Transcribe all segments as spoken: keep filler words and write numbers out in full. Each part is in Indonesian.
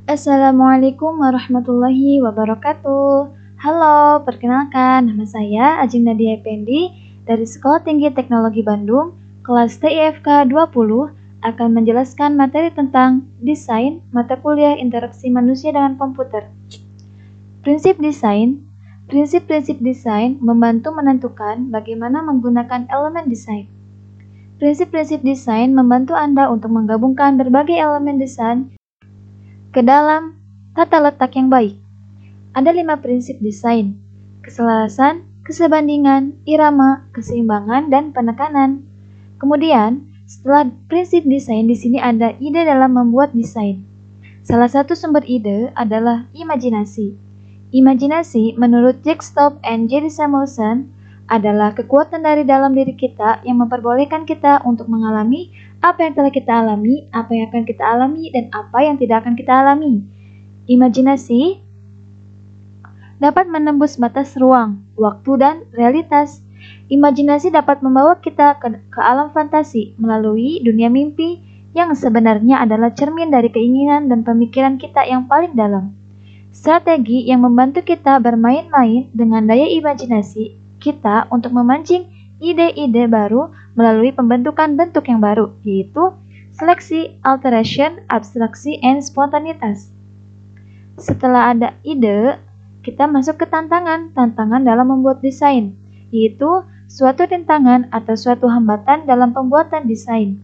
Assalamualaikum warahmatullahi wabarakatuh. Halo, perkenalkan nama saya Ajeng Nadia Effendi dari Sekolah Tinggi Teknologi Bandung, kelas T I F K dua puluh akan menjelaskan materi tentang desain mata kuliah interaksi manusia dengan komputer. Prinsip desain. Prinsip-prinsip desain membantu menentukan bagaimana menggunakan elemen desain. Prinsip-prinsip desain membantu Anda untuk menggabungkan berbagai elemen desain ke dalam tata letak yang baik. Ada lima prinsip desain: keselarasan, kesebandingan, irama, keseimbangan, dan penekanan. Kemudian, setelah prinsip desain, di sini ada ide dalam membuat desain. Salah satu sumber ide adalah imajinasi. Imajinasi, menurut Jack Stopp and Jerry Samuelson, adalah kekuatan dari dalam diri kita yang memperbolehkan kita untuk mengalami apa yang telah kita alami, apa yang akan kita alami, dan apa yang tidak akan kita alami. Imajinasi dapat menembus batas ruang, waktu, dan realitas. Imajinasi dapat membawa kita ke, ke alam fantasi melalui dunia mimpi yang sebenarnya adalah cermin dari keinginan dan pemikiran kita yang paling dalam. Strategi yang membantu kita bermain-main dengan daya imajinasi kita untuk memancing ide-ide baru melalui pembentukan bentuk yang baru, yaitu seleksi, alteration, abstraksi, and spontanitas. Setelah ada ide, kita masuk ke tantangan, tantangan dalam membuat desain, yaitu suatu rintangan atau suatu hambatan dalam pembuatan desain.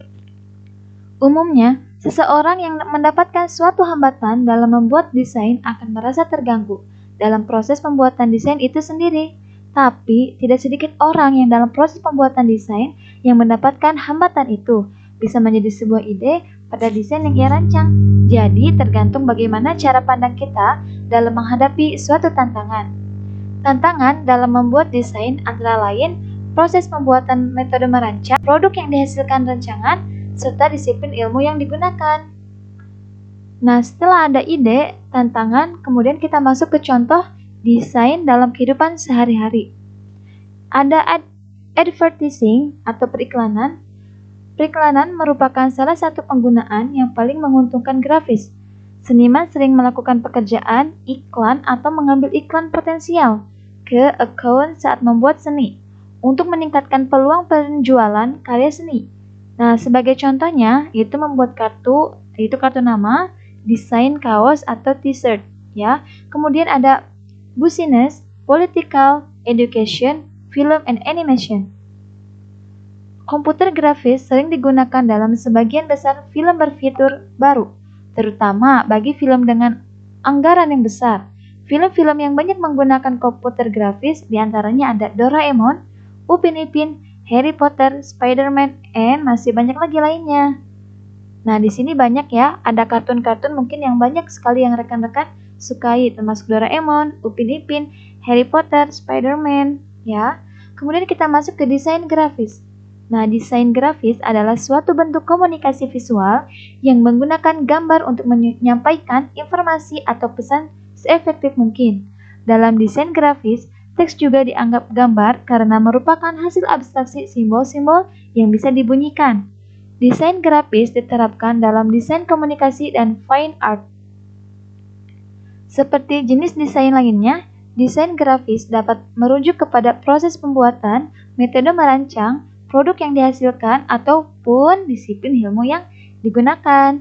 Umumnya, seseorang yang mendapatkan suatu hambatan dalam membuat desain akan merasa terganggu dalam proses pembuatan desain itu sendiri. Tapi, tidak sedikit orang yang dalam proses pembuatan desain yang mendapatkan hambatan itu bisa menjadi sebuah ide pada desain yang ia rancang. Jadi, tergantung bagaimana cara pandang kita dalam menghadapi suatu tantangan. Tantangan dalam membuat desain antara lain proses pembuatan metode merancang, produk yang dihasilkan rancangan, serta disiplin ilmu yang digunakan. Nah, setelah ada ide, tantangan, kemudian kita masuk ke contoh desain dalam kehidupan sehari-hari. Ada ad- advertising atau periklanan. Periklanan merupakan salah satu penggunaan yang paling menguntungkan grafis. Seniman sering melakukan pekerjaan iklan atau mengambil iklan potensial ke akun saat membuat seni untuk meningkatkan peluang penjualan karya seni. Nah, sebagai contohnya, yaitu membuat kartu, yaitu kartu nama, desain kaos atau t-shirt, ya. Kemudian ada business, political, education, film, and animation. Komputer grafis sering digunakan dalam sebagian besar film berfitur baru, terutama bagi film dengan anggaran yang besar. Film-film yang banyak menggunakan komputer grafis diantaranya ada Doraemon, Upin Ipin, Harry Potter, Spider-Man, and masih banyak lagi lainnya. Nah, di sini banyak ya, ada kartun-kartun mungkin yang banyak sekali yang rekan-rekan sukai, termasuk Doraemon, Upin Ipin, Harry Potter, Spider-Man, ya. Kemudian kita masuk ke desain grafis. Nah, desain grafis adalah suatu bentuk komunikasi visual yang menggunakan gambar untuk menyampaikan informasi atau pesan seefektif mungkin. Dalam desain grafis, teks juga dianggap gambar karena merupakan hasil abstraksi simbol-simbol yang bisa dibunyikan. Desain grafis diterapkan dalam desain komunikasi dan fine art. Seperti jenis desain lainnya, desain grafis dapat merujuk kepada proses pembuatan, metode merancang, produk yang dihasilkan, ataupun disiplin ilmu yang digunakan.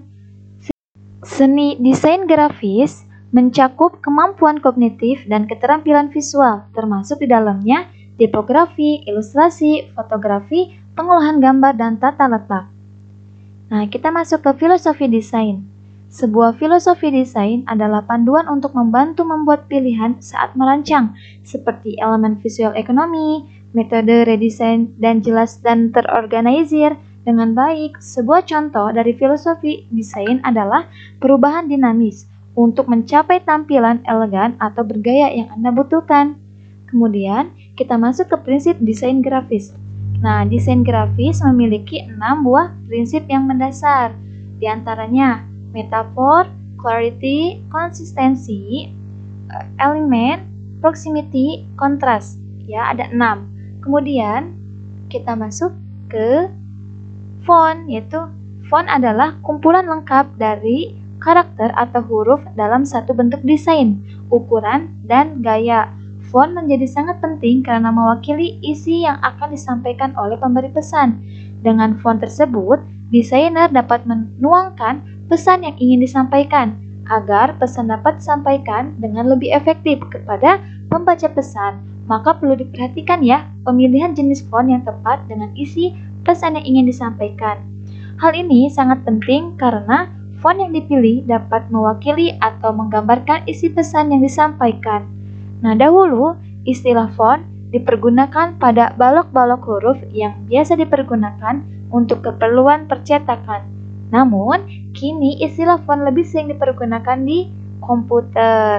Seni desain grafis mencakup kemampuan kognitif dan keterampilan visual, termasuk di dalamnya tipografi, ilustrasi, fotografi, pengolahan gambar, dan tata letak. Nah, kita masuk ke filosofi desain. Sebuah filosofi desain adalah panduan untuk membantu membuat pilihan saat merancang, seperti elemen visual ekonomi, metode redesign, dan jelas dan terorganisir dengan baik. Sebuah contoh dari filosofi desain adalah perubahan dinamis untuk mencapai tampilan elegan atau bergaya yang Anda butuhkan. Kemudian, kita masuk ke prinsip desain grafis. Nah, desain grafis memiliki enam buah prinsip yang mendasar. Di antaranya, metafor, clarity, konsistensi, element, proximity, kontras. Ya, ada enam. Kemudian, kita masuk ke font, yaitu font adalah kumpulan lengkap dari karakter atau huruf dalam satu bentuk desain, ukuran, dan gaya. Font menjadi sangat penting karena mewakili isi yang akan disampaikan oleh pemberi pesan. Dengan font tersebut, desainer dapat menuangkan pesan yang ingin disampaikan, agar pesan dapat disampaikan dengan lebih efektif kepada pembaca pesan. Maka perlu diperhatikan ya, pemilihan jenis font yang tepat dengan isi pesan yang ingin disampaikan. Hal ini sangat penting karena font yang dipilih dapat mewakili atau menggambarkan isi pesan yang disampaikan. Nah, dahulu istilah font dipergunakan pada balok-balok huruf yang biasa dipergunakan untuk keperluan percetakan. Namun, kini istilah font lebih sering dipergunakan di komputer.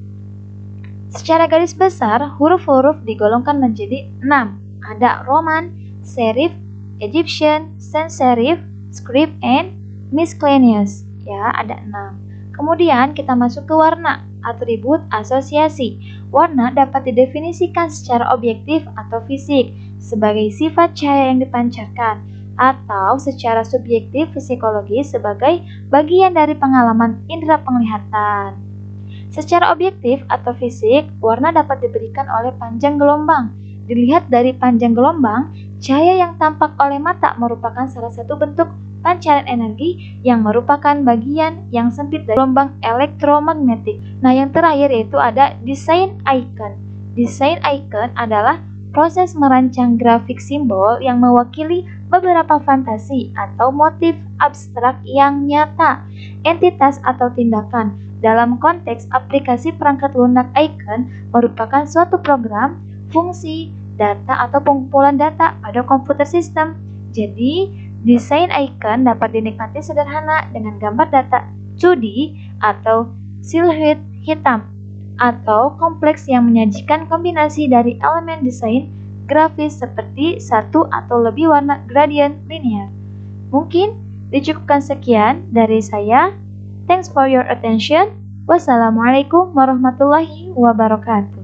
Secara garis besar, huruf-huruf digolongkan menjadi enam. Ada Roman, Serif, Egyptian, Sans Serif, Script, and Miscellaneous. Ya, ada enam. Kemudian kita masuk ke warna, atribut asosiasi. Warna dapat didefinisikan secara objektif atau fisik sebagai sifat cahaya yang dipancarkan, atau secara subjektif psikologis sebagai bagian dari pengalaman indera penglihatan. Secara objektif atau fisik, warna dapat diberikan oleh panjang gelombang. Dilihat dari panjang gelombang, cahaya yang tampak oleh mata merupakan salah satu bentuk pancaran energi yang merupakan bagian yang sempit dari gelombang elektromagnetik. Nah, yang terakhir yaitu ada desain icon. Desain icon adalah proses merancang grafik simbol yang mewakili beberapa fantasi atau motif abstrak yang nyata, entitas atau tindakan. Dalam konteks aplikasi perangkat lunak, icon merupakan suatu program, fungsi, data atau pengumpulan data pada komputer sistem. Jadi, desain icon dapat dinikmati sederhana dengan gambar data dua D atau silhouette hitam, atau kompleks yang menyajikan kombinasi dari elemen desain grafis seperti satu atau lebih warna gradient linear. Mungkin dicukupkan sekian dari saya. Thanks for your attention. Wassalamualaikum warahmatullahi wabarakatuh.